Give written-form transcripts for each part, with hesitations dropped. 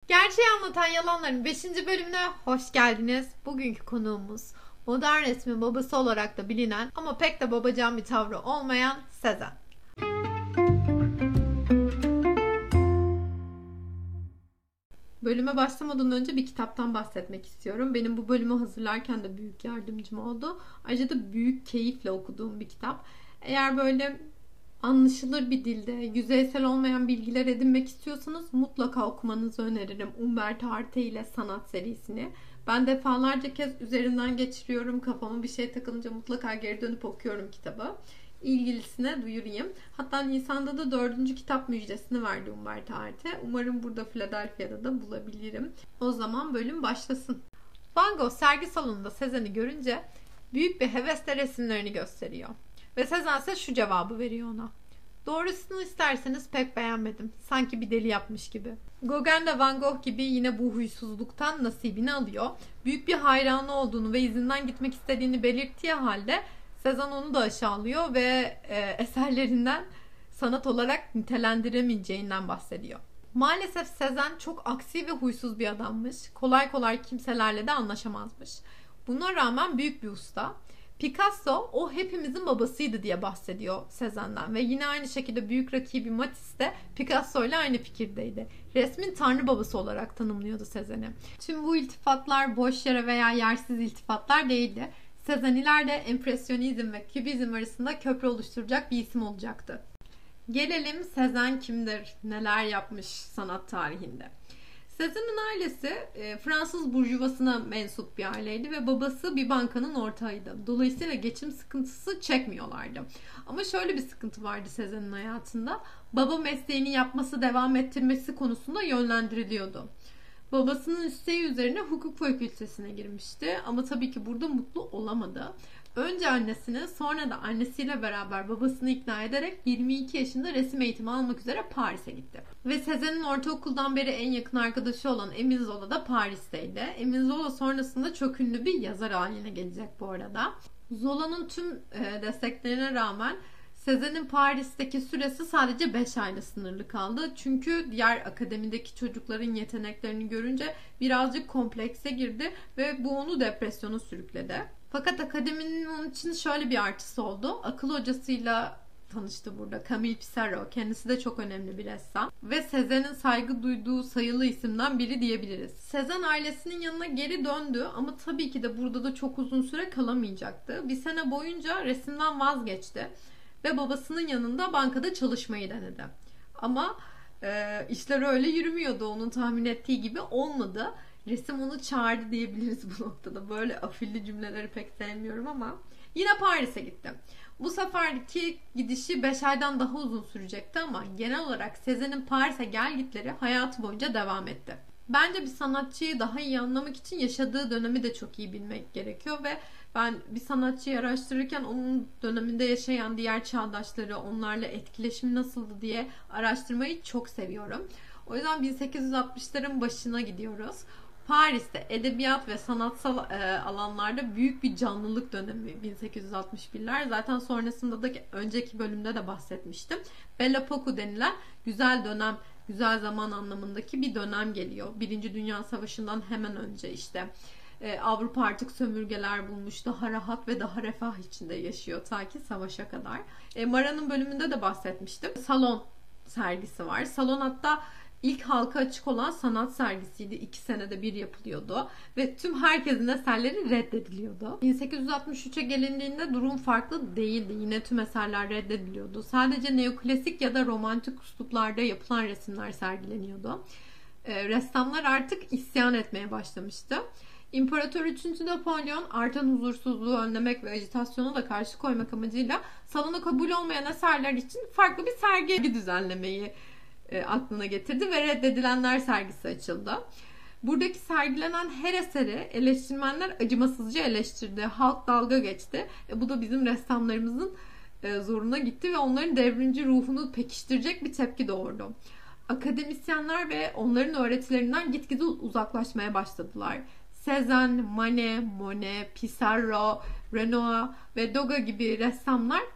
Gerçeği Anlatan Yalanların 5. bölümüne hoş geldiniz. Bugünkü konuğumuz modern resmin babası olarak da bilinen ama pek de babacan bir tavrı olmayan Cézanne. Bölüme başlamadan önce bir kitaptan bahsetmek istiyorum. Benim bu bölümü hazırlarken de büyük yardımcım oldu. Ayrıca da büyük keyifle okuduğum bir kitap. Eğer böyle anlaşılır bir dilde, yüzeysel olmayan bilgiler edinmek istiyorsanız mutlaka okumanızı öneririm. Umberto Arte ile Sanat serisini. Ben defalarca kez üzerinden geçiriyorum. Kafama bir şey takılınca mutlaka geri dönüp okuyorum kitabı. İlgilisine duyurayım. Hatta Nisan'da da 4. kitap müjdesini verdi Umberto Arte. Umarım burada Philadelphia'da da bulabilirim. O zaman bölüm başlasın. Van Gogh sergi salonunda Cézanne'i görünce büyük bir hevesle resimlerini gösteriyor. Ve Cézanne ise şu cevabı veriyor ona. Doğrusunu isterseniz pek beğenmedim. Sanki bir deli yapmış gibi. Gauguin de Van Gogh gibi yine bu huysuzluktan nasibini alıyor. Büyük bir hayranı olduğunu ve izinden gitmek istediğini belirttiği halde Cézanne onu da aşağılıyor ve eserlerinden sanat olarak nitelendiremeyeceğinden bahsediyor. Maalesef Cézanne çok aksi ve huysuz bir adammış. Kolay kolay kimselerle de anlaşamazmış. Buna rağmen büyük bir usta. Picasso o hepimizin babasıydı diye bahsediyor Cézanne'den ve yine aynı şekilde büyük rakibi Matisse de Picasso ile aynı fikirdeydi. Resmin tanrı babası olarak tanımlıyordu Cézanne'i. Tüm bu iltifatlar boş yere veya yersiz iltifatlar değildi. Cézanne ileride empresyonizm ve kübizm arasında köprü oluşturacak bir isim olacaktı. Gelelim Cézanne kimdir, neler yapmış sanat tarihinde. Cézanne'ın ailesi Fransız burjuvasına mensup bir aileydi ve babası bir bankanın ortağıydı. Dolayısıyla geçim sıkıntısı çekmiyorlardı. Ama şöyle bir sıkıntı vardı Cézanne'ın hayatında. Baba mesleğini yapması, devam ettirmesi konusunda yönlendiriliyordu. Babasının isteği üzerine hukuk fakültesine girmişti ama tabii ki burada mutlu olamadı. Önce annesini, sonra da annesiyle beraber babasını ikna ederek 22 yaşında resim eğitimi almak üzere Paris'e gitti. Ve Cézanne'in ortaokuldan beri en yakın arkadaşı olan Émile Zola da Paris'teydi. Émile Zola sonrasında çok ünlü bir yazar haline gelecek bu arada. Zola'nın tüm desteklerine rağmen Cézanne'in Paris'teki süresi sadece 5 ayla sınırlı kaldı. Çünkü diğer akademideki çocukların yeteneklerini görünce birazcık komplekse girdi ve bu onu depresyona sürükledi. Fakat akademinin onun için şöyle bir artısı oldu. Akıl hocasıyla tanıştı burada. Camille Pissarro. Kendisi de çok önemli bir ressam. Ve Cézanne'in saygı duyduğu sayılı isimden biri diyebiliriz. Cézanne ailesinin yanına geri döndü ama tabii ki de burada da çok uzun süre kalamayacaktı. Bir sene boyunca resimden vazgeçti. Ve babasının yanında bankada çalışmayı denedi. Ama işler öyle yürümüyordu. Onun tahmin ettiği gibi olmadı. Resim onu çağırdı diyebiliriz bu noktada. Böyle afilli cümleleri pek sevmiyorum ama yine Paris'e gitti. Bu seferki gidişi 5 aydan daha uzun sürecekti ama genel olarak Cézanne'in Paris'e gelgitleri hayatı boyunca devam etti. Bence bir sanatçıyı daha iyi anlamak için yaşadığı dönemi de çok iyi bilmek gerekiyor ve ben bir sanatçıyı araştırırken onun döneminde yaşayan diğer çağdaşları, onlarla etkileşimi nasıldı diye araştırmayı çok seviyorum. O yüzden 1860'ların başına gidiyoruz. Paris'te edebiyat ve sanatsal alanlarda büyük bir canlılık dönemi 1861'ler. Zaten sonrasında da önceki bölümde de bahsetmiştim. Belle Époque denilen güzel dönem, güzel zaman anlamındaki bir dönem geliyor. Birinci Dünya Savaşı'ndan hemen önce işte. Avrupa artık sömürgeler bulmuş, daha rahat ve daha refah içinde yaşıyor ta ki savaşa kadar. Mara'nın bölümünde de bahsetmiştim. Salon sergisi var. Salon hatta İlk halka açık olan sanat sergisiydi. 2 senede bir yapılıyordu. Ve tüm herkesin eserleri reddediliyordu. 1863'e gelindiğinde durum farklı değildi. Yine tüm eserler reddediliyordu. Sadece neoklasik ya da romantik üsluplarda yapılan resimler sergileniyordu. Ressamlar artık isyan etmeye başlamıştı. İmparator 3. Napolyon artan huzursuzluğu önlemek ve ajitasyona da karşı koymak amacıyla salona kabul olmayan eserler için farklı bir sergi düzenlemeyi aklına getirdi ve reddedilenler sergisi açıldı. Buradaki sergilenen her eseri eleştirmenler acımasızca eleştirdi. Halk dalga geçti. Bu da bizim ressamlarımızın zoruna gitti ve onların devrimci ruhunu pekiştirecek bir tepki doğurdu. Akademisyenler ve onların öğretilerinden gitgide uzaklaşmaya başladılar. Cézanne, Manet, Monet, Pissarro, Renoir ve Degas gibi ressamlar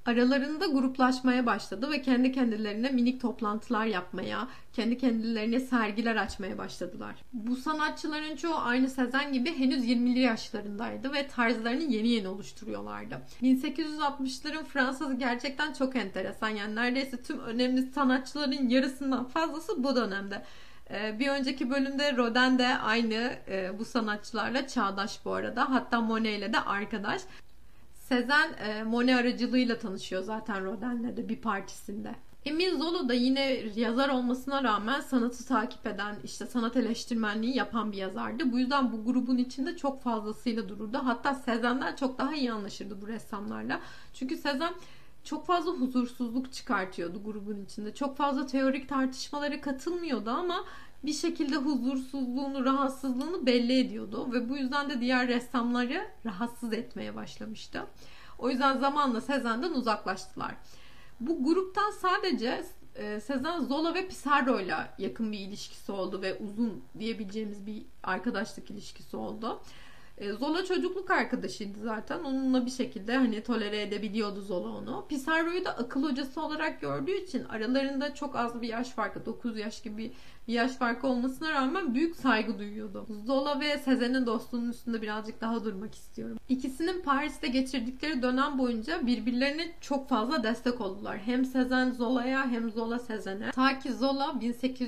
Aralarında gruplaşmaya başladı ve kendi kendilerine minik toplantılar yapmaya, kendi kendilerine sergiler açmaya başladılar. Bu sanatçıların çoğu aynı Sezen gibi henüz 20'li yaşlarındaydı ve tarzlarını yeni yeni oluşturuyorlardı. 1860'ların Fransa'sı gerçekten çok enteresan. Yani neredeyse tüm önemli sanatçıların yarısından fazlası bu dönemde. Bir önceki bölümde Rodin de aynı bu sanatçılarla çağdaş bu arada. Hatta Monet ile de arkadaş. Sezen Monet aracılığıyla tanışıyor zaten Rodin'le de bir partisinde. Emile Zola da yine yazar olmasına rağmen sanatı takip eden, işte sanat eleştirmenliği yapan bir yazardı. Bu yüzden bu grubun içinde çok fazlasıyla dururdu. Hatta Sezen'den çok daha iyi anlaşırdı bu ressamlarla. Çünkü Sezen çok fazla huzursuzluk çıkartıyordu grubun içinde. Çok fazla teorik tartışmalara katılmıyordu ama bir şekilde huzursuzluğunu, rahatsızlığını belli ediyordu ve bu yüzden de diğer ressamları rahatsız etmeye başlamıştı. O yüzden zamanla Sezen'den uzaklaştılar. Bu gruptan sadece Sezen, Zola ve Pissarro'yla yakın bir ilişkisi oldu ve uzun diyebileceğimiz bir arkadaşlık ilişkisi oldu. Zola çocukluk arkadaşıydı zaten. Onunla bir şekilde hani tolere edebiliyordu Zola onu. Pissarro'yu da akıl hocası olarak gördüğü için aralarında çok az bir yaş farkı, 9 yaş gibi bir yaş farkı olmasına rağmen büyük saygı duyuyordu. Zola ve Sezen'in dostluğunun üstünde birazcık daha durmak istiyorum. İkisinin Paris'te geçirdikleri dönem boyunca birbirlerine çok fazla destek oldular. Hem Sezen Zola'ya hem Zola Sezen'e. Ta ki Zola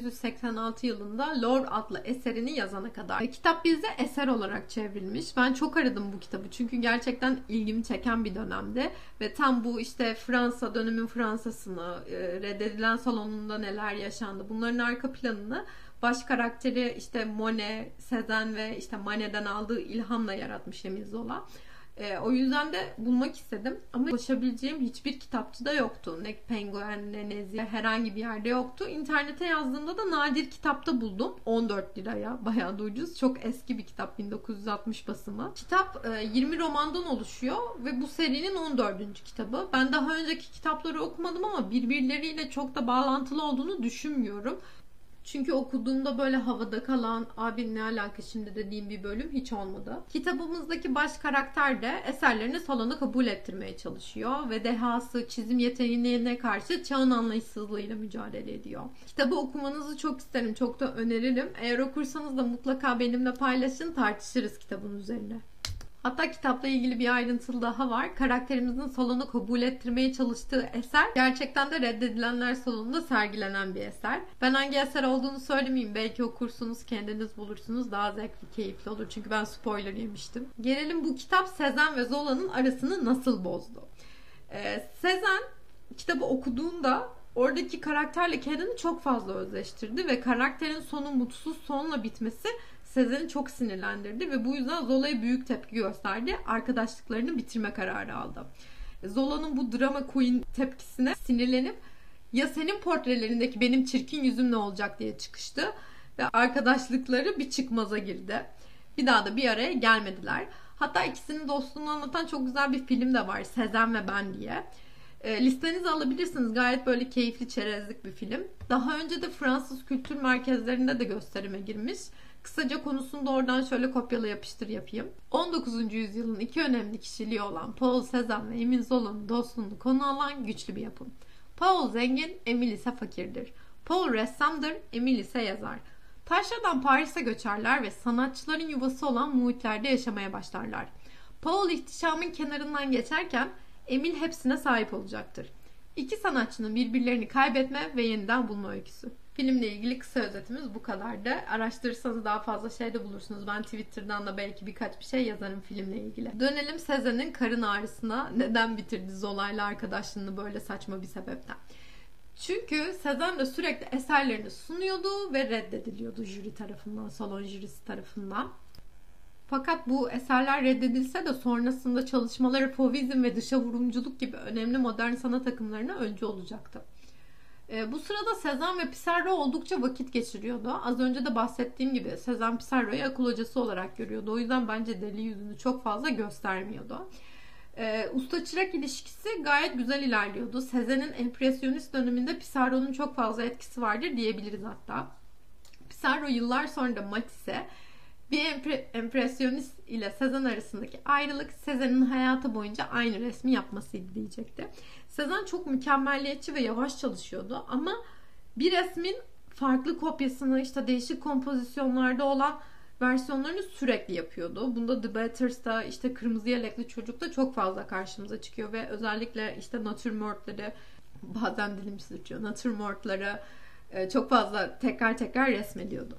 1886 yılında Lor adlı eserini yazana kadar. Kitap bizde eser olarak çevrilmiş. Ben çok aradım bu kitabı çünkü gerçekten ilgimi çeken bir dönemde ve tam bu işte Fransa dönemin Fransa'sını, reddedilen salonunda neler yaşandı, bunların arka planını baş karakteri işte Monet, Sezen ve işte Manet'den aldığı ilhamla yaratmış Emile Zola. O yüzden de bulmak istedim. Ama ulaşabileceğim hiçbir kitapçıda yoktu. Ne Penguen ne Nezi herhangi bir yerde yoktu. İnternete yazdığımda da Nadir Kitap'ta buldum. 14 liraya. Bayağı da ucuz. Çok eski bir kitap. 1960 basımı. Kitap 20 romandan oluşuyor ve bu serinin 14. kitabı. Ben daha önceki kitapları okumadım ama birbirleriyle çok da bağlantılı olduğunu düşünmüyorum. Çünkü okuduğumda böyle havada kalan abi ne alaka şimdi dediğim bir bölüm hiç olmadı. Kitabımızdaki baş karakter de eserlerini salona kabul ettirmeye çalışıyor ve dehası, çizim yeteneğine karşı çağın anlayışsızlığıyla mücadele ediyor. Kitabı okumanızı çok isterim, çok da öneririm. Eğer okursanız da mutlaka benimle paylaşın, tartışırız kitabın üzerine. Hatta kitapla ilgili bir ayrıntılı daha var. Karakterimizin salonu kabul ettirmeye çalıştığı eser gerçekten de reddedilenler salonunda sergilenen bir eser. Ben hangi eser olduğunu söylemeyeyim. Belki okursunuz, kendiniz bulursunuz. Daha zevkli, keyifli olur. Çünkü ben spoiler yemiştim. Gelelim bu kitap Sezen ve Zola'nın arasını nasıl bozdu? Sezen kitabı okuduğunda oradaki karakterle kendini çok fazla özleştirdi ve karakterin sonu mutsuz sonla bitmesi Sezen'i çok sinirlendirdi ve bu yüzden Zola'ya büyük tepki gösterdi. Arkadaşlıklarını bitirme kararı aldı. Zola'nın bu drama queen tepkisine sinirlenip ya senin portrelerindeki benim çirkin yüzüm ne olacak diye çıkıştı ve arkadaşlıkları bir çıkmaza girdi. Bir daha da bir araya gelmediler. Hatta ikisinin dostluğunu anlatan çok güzel bir film de var, Sezen ve Ben diye. Listenize alabilirsiniz. Gayet böyle keyifli, çerezlik bir film. Daha önce de Fransız kültür merkezlerinde de gösterime girmiş. Kısaca konusunu da oradan şöyle kopyala yapıştır yapayım. 19. yüzyılın iki önemli kişiliği olan Paul Cézanne ve Emile Zola'nın dostluğunu konu alan güçlü bir yapım. Paul zengin, Emile ise fakirdir. Paul ressamdır, Emile ise yazar. Taşra'dan Paris'e göçerler ve sanatçıların yuvası olan Muhitler'de yaşamaya başlarlar. Paul ihtişamın kenarından geçerken Emile hepsine sahip olacaktır. İki sanatçının birbirlerini kaybetme ve yeniden bulma öyküsü. Filmle ilgili kısa özetimiz bu kadardı. Araştırırsanız daha fazla şey de bulursunuz. Ben Twitter'dan da belki birkaç bir şey yazarım filmle ilgili. Dönelim Sezen'in karın ağrısına. Neden bitirdi Zola'yla arkadaşlığını böyle saçma bir sebepten? Çünkü Sezen de sürekli eserlerini sunuyordu ve reddediliyordu jüri tarafından, salon jürisi tarafından. Fakat bu eserler reddedilse de sonrasında çalışmaları Fauvizm ve dışa vurumculuk gibi önemli modern sanat akımlarına öncü olacaktı. Bu sırada Sezen ve Pissarro oldukça vakit geçiriyordu. Az önce de bahsettiğim gibi Sezen Pissarro'yu akıl hocası olarak görüyordu. O yüzden bence deli yüzünü çok fazla göstermiyordu. Usta çırak ilişkisi gayet güzel ilerliyordu. Sezen'in empresyonist döneminde Pissarro'nun çok fazla etkisi vardır diyebiliriz hatta. Pissarro yıllar sonra da Matisse Bir empresyonist ile Cézanne arasındaki ayrılık Cézanne'in hayatı boyunca aynı resmi yapmasıydı diyecekti. Cézanne çok mükemmelliyetçi ve yavaş çalışıyordu ama bir resmin farklı kopyasını, işte değişik kompozisyonlarda olan versiyonlarını sürekli yapıyordu. Bunda The Batters'ta, işte Kırmızı Yelekli Çocuk'ta çok fazla karşımıza çıkıyor ve özellikle işte natürmörtleri, bazen dilim sürçüyor, natürmörtleri çok fazla tekrar resmediyordu.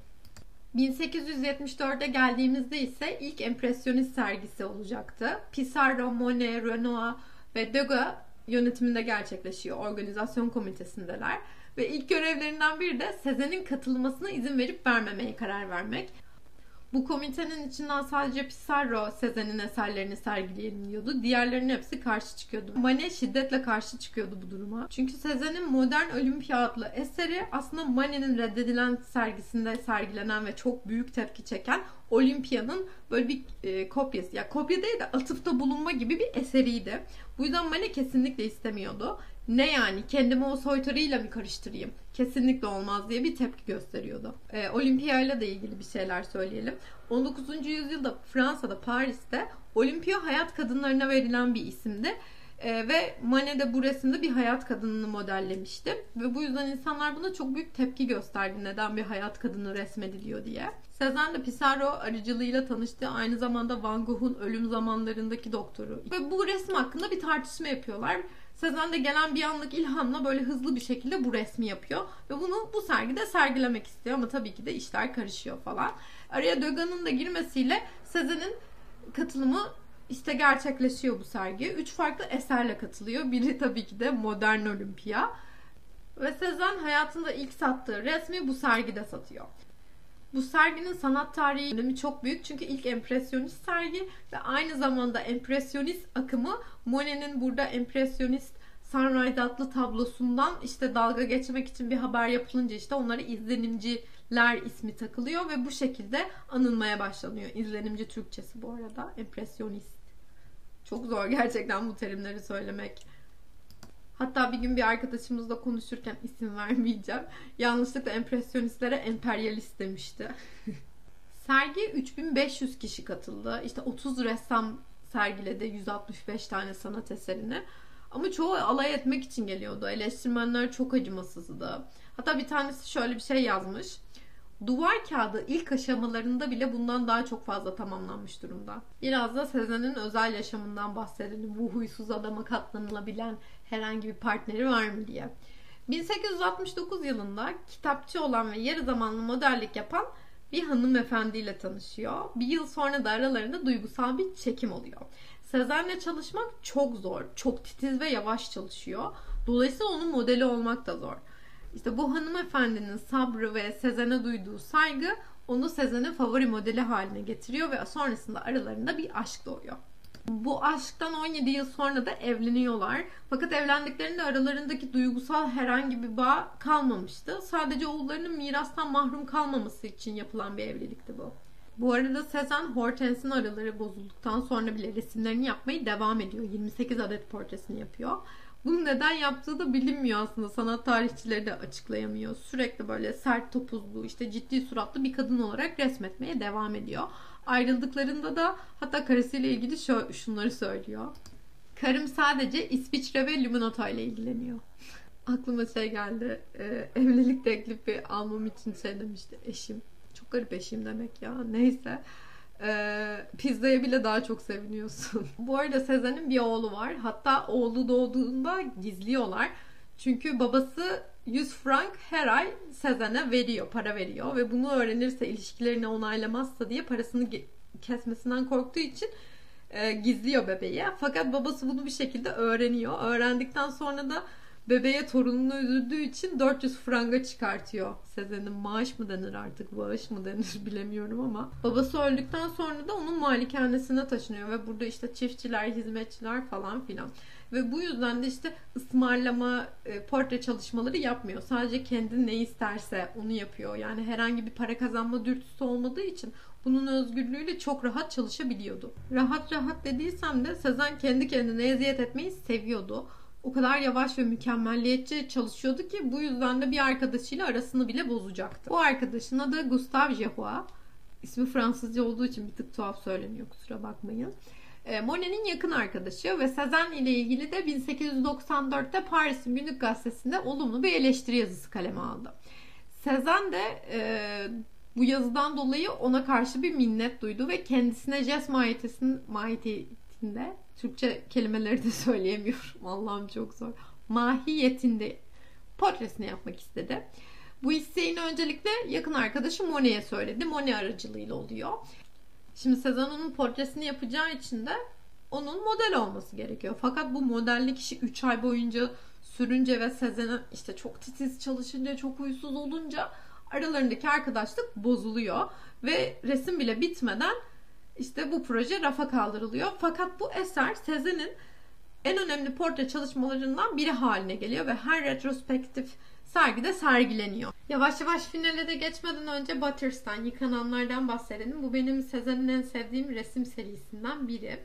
1874'e geldiğimizde ise ilk empresyonist sergisi olacaktı. Pissarro, Monet, Renoir ve Degas yönetiminde gerçekleşiyor. Organizasyon komitesindeler. Ve ilk görevlerinden biri de Cézanne'in katılmasına izin verip vermemeye karar vermek. Bu komitenin içinden sadece Pissarro Cézanne'in eserlerini sergileyelim diyordu. Diğerlerinin hepsi karşı çıkıyordu. Manet şiddetle karşı çıkıyordu bu duruma. Çünkü Cézanne'in Modern Olympia adlı eseri aslında Manet'in reddedilen sergisinde sergilenen ve çok büyük tepki çeken Olympia'nın böyle bir kopyası. Ya kopya değil de atıfta bulunma gibi bir eseriydi. Bu yüzden Manet kesinlikle istemiyordu. Ne yani, kendimi o soytarıyla mı karıştırayım? Kesinlikle olmaz diye bir tepki gösteriyordu. Olympia ile de ilgili bir şeyler söyleyelim. 19. yüzyılda Fransa'da, Paris'te Olympia hayat kadınlarına verilen bir isimdi. Ve Manet de bu resimde bir hayat kadınını modellemişti. Ve bu yüzden insanlar buna çok büyük tepki gösterdi. Neden bir hayat kadını resmediliyor diye. Cézanne de Pissarro aracılığıyla tanıştığı, aynı zamanda Van Gogh'un ölüm zamanlarındaki doktoru. Ve bu resim hakkında bir tartışma yapıyorlar. Cézanne de gelen bir anlık ilhamla böyle hızlı bir şekilde bu resmi yapıyor. Ve bunu bu sergide sergilemek istiyor ama tabii ki de işler karışıyor falan. Araya Degas'ın da girmesiyle Cézanne'in katılımı işte gerçekleşiyor bu sergi. 3 farklı eserle katılıyor. Biri tabii ki de Modern Olympia. Ve Cézanne hayatında ilk sattığı resmi bu sergide satıyor. Bu serginin sanat tarihi önemi çok büyük çünkü ilk empresyonist sergi ve aynı zamanda empresyonist akımı Monet'in burada empresyonist Sunrise adlı tablosundan işte dalga geçmek için bir haber yapılınca işte onlara izlenimciler ismi takılıyor ve bu şekilde anılmaya başlanıyor. İzlenimci Türkçesi bu arada, empresyonist. Çok zor gerçekten bu terimleri söylemek. Hatta bir gün bir arkadaşımızla konuşurken, isim vermeyeceğim, yanlışlıkla empresyonistlere emperyalist demişti. Sergiye 3500 kişi katıldı. İşte 30 ressam sergiledi 165 tane sanat eserini. Ama çoğu alay etmek için geliyordu. Eleştirmenler çok acımasızdı. Hatta bir tanesi şöyle bir şey yazmış. Duvar kağıdı ilk aşamalarında bile bundan daha çok fazla tamamlanmış durumda. Biraz da Cézanne'in özel yaşamından bahsedelim. Bu huysuz adama katlanılabilen herhangi bir partneri var mı diye. 1869 yılında kitapçı olan ve yarı zamanlı modellik yapan bir hanımefendiyle tanışıyor. Bir yıl sonra da aralarında duygusal bir çekim oluyor. Cézanne'le çalışmak çok zor. Çok titiz ve yavaş çalışıyor. Dolayısıyla onun modeli olmak da zor. İşte bu hanımefendinin sabrı ve Cézanne'e duyduğu saygı onu Cézanne'in favori modeli haline getiriyor ve sonrasında aralarında bir aşk doğuyor. Bu aşktan 17 yıl sonra da evleniyorlar. Fakat evlendiklerinde aralarındaki duygusal herhangi bir bağ kalmamıştı. Sadece oğullarının mirastan mahrum kalmaması için yapılan bir evlilikti bu. Bu arada Cézanne Hortense'in araları bozulduktan sonra bile resimlerini yapmayı devam ediyor. 28 adet portresini yapıyor. Bunu neden yaptığı da bilinmiyor aslında. Sanat tarihçileri de açıklayamıyor. Sürekli böyle sert topuzlu, işte ciddi suratlı bir kadın olarak resmetmeye devam ediyor. Ayrıldıklarında da hatta karısıyla ilgili şunları söylüyor. Karım sadece İsviçre ve limonata ile ilgileniyor. Aklıma şey geldi. Evlilik teklifi almam için şey demişti eşim. Çok garip eşim demek ya. Neyse. Pizzaya bile daha çok seviniyorsun. Bu arada Cézanne'in bir oğlu var. Hatta oğlu doğduğunda gizliyorlar. Çünkü babası 100 frank her ay Cézanne'e veriyor, para veriyor ve bunu öğrenirse, ilişkilerini onaylamazsa diye parasını kesmesinden korktuğu için gizliyor bebeği. Fakat babası bunu bir şekilde öğreniyor. Öğrendikten sonra da bebeğe torununu üzüldüğü için 400 franga çıkartıyor. Cézanne'in maaş mı denir artık, bağış mı denir bilemiyorum ama. Babası öldükten sonra da onun malikanesine taşınıyor ve burada işte çiftçiler, hizmetçiler falan filan. Ve bu yüzden de işte ısmarlama, portre çalışmaları yapmıyor. Sadece kendi ne isterse onu yapıyor. Yani herhangi bir para kazanma dürtüsü olmadığı için bunun özgürlüğüyle çok rahat çalışabiliyordu. Rahat dediysem de Cézanne kendi kendine eziyet etmeyi seviyordu. O kadar yavaş ve mükemmelliyetçi çalışıyordu ki bu yüzden de bir arkadaşıyla arasını bile bozacaktı. Bu arkadaşın adı Gustave Gerrois. İsmi Fransızca olduğu için bir tık tuhaf söyleniyor, kusura bakmayın. Monet'in yakın arkadaşı ve Cézanne ile ilgili de 1894'te Paris'in Günlük Gazetesi'nde olumlu bir eleştiri yazısı kaleme aldı. Cézanne de bu yazıdan dolayı ona karşı bir minnet duydu ve kendisine jest mahiyetinde, Türkçe kelimeleri de söyleyemiyorum, Allah'ım çok zor, mahiyetinde portresini yapmak istedi. Bu isteğini öncelikle yakın arkadaşı Monet'e söyledi. Monet aracılığıyla oluyor. Şimdi Cézanne onun portresini yapacağı için de onun model olması gerekiyor. Fakat bu modellik işi 3 ay boyunca sürünce ve Cézanne işte çok titiz çalışınca, çok huysuz olunca aralarındaki arkadaşlık bozuluyor. Ve resim bile bitmeden işte bu proje rafa kaldırılıyor. Fakat bu eser Cézanne'in en önemli portre çalışmalarından biri haline geliyor ve her retrospektif sergide sergileniyor. Yavaş yavaş finale de geçmeden önce Butters'tan, Yıkananlardan bahsedelim. Bu benim Cézanne'in en sevdiğim resim serisinden biri.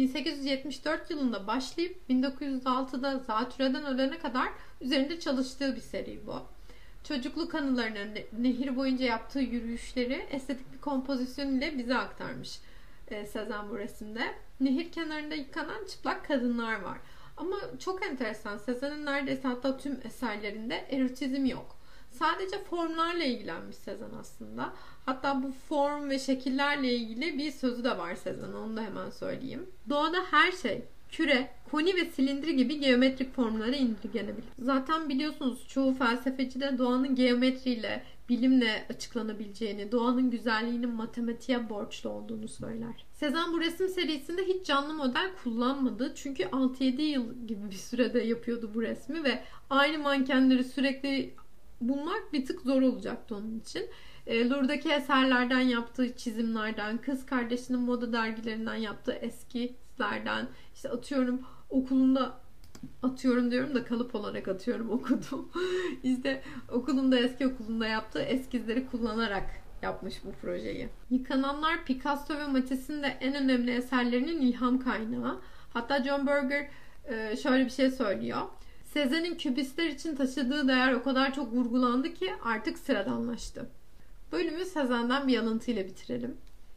1874 yılında başlayıp 1906'da zatürreden ölene kadar üzerinde çalıştığı bir seri bu. Çocukluk anılarını, nehir boyunca yaptığı yürüyüşleri estetik bir kompozisyon ile bize aktarmış Cézanne bu resimde. Nehir kenarında yıkanan çıplak kadınlar var. Ama çok enteresan, Cézanne'in neredeyse hatta tüm eserlerinde erotizm yok. Sadece formlarla ilgilenmiş Cézanne aslında. Hatta bu form ve şekillerle ilgili bir sözü de var Cézanne'ın, onu da hemen söyleyeyim. Doğada her şey küre, koni ve silindiri gibi geometrik formlara indirgenebilir. Zaten biliyorsunuz çoğu felsefeci de doğanın geometriyle, bilimle açıklanabileceğini, doğanın güzelliğinin matematiğe borçlu olduğunu söyler. Cézanne bu resim serisinde hiç canlı model kullanmadı. Çünkü 6-7 yıl gibi bir sürede yapıyordu bu resmi ve aynı mankenleri sürekli bulmak bir tık zor olacaktı onun için. Louvre'daki eserlerden yaptığı çizimlerden, kız kardeşinin moda dergilerinden yaptığı eskizlerden, işte atıyorum okulunda, atıyorum diyorum da kalıp olarak atıyorum, okudum. İşte okulunda, eski okulunda yaptığı eskizleri kullanarak yapmış bu projeyi. Yıkananlar Picasso ve Matisse'in de en önemli eserlerinin ilham kaynağı. Hatta John Berger şöyle bir şey söylüyor. Cézanne'in kübistler için taşıdığı değer o kadar çok vurgulandı ki artık sıradanlaştı. Bölümü Cézanne'den bir alıntıyla bitirelim.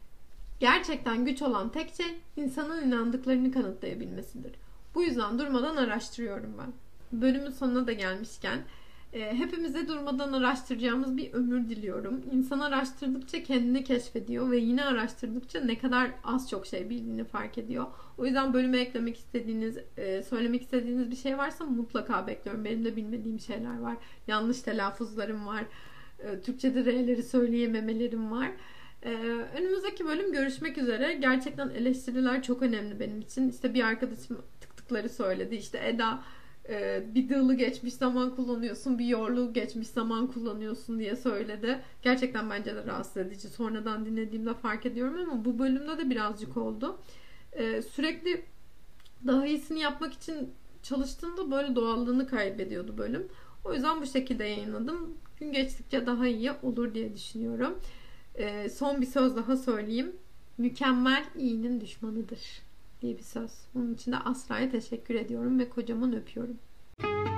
Gerçekten güç olan tek şey insanın inandıklarını kanıtlayabilmesidir. Bu yüzden durmadan araştırıyorum ben. Bölümün sonuna da gelmişken hepimize durmadan araştıracağımız bir ömür diliyorum. İnsan araştırdıkça kendini keşfediyor ve yine araştırdıkça ne kadar az çok şey bildiğini fark ediyor. O yüzden bölüme eklemek istediğiniz, söylemek istediğiniz bir şey varsa mutlaka bekliyorum. Benim de bilmediğim şeyler var. Yanlış telaffuzlarım var. Türkçe'de R'leri söyleyememelerim var. Önümüzdeki bölüm görüşmek üzere. Gerçekten eleştiriler çok önemli benim için. İşte bir arkadaşım tıktıkları söyledi. İşte Eda bir dığlı geçmiş zaman kullanıyorsun, bir yorluğu geçmiş zaman kullanıyorsun diye söyledi. Gerçekten bence de rahatsız edici. Sonradan dinlediğimde fark ediyorum ama bu bölümde de birazcık oldu. Sürekli daha iyisini yapmak için çalıştığımda böyle doğallığını kaybediyordu bölüm. O yüzden bu şekilde yayınladım. Gün geçtikçe daha iyi olur diye düşünüyorum. Son bir söz daha söyleyeyim. Mükemmel iyinin düşmanıdır diye bir söz. Bunun için de Asra'ya teşekkür ediyorum ve kocaman öpüyorum.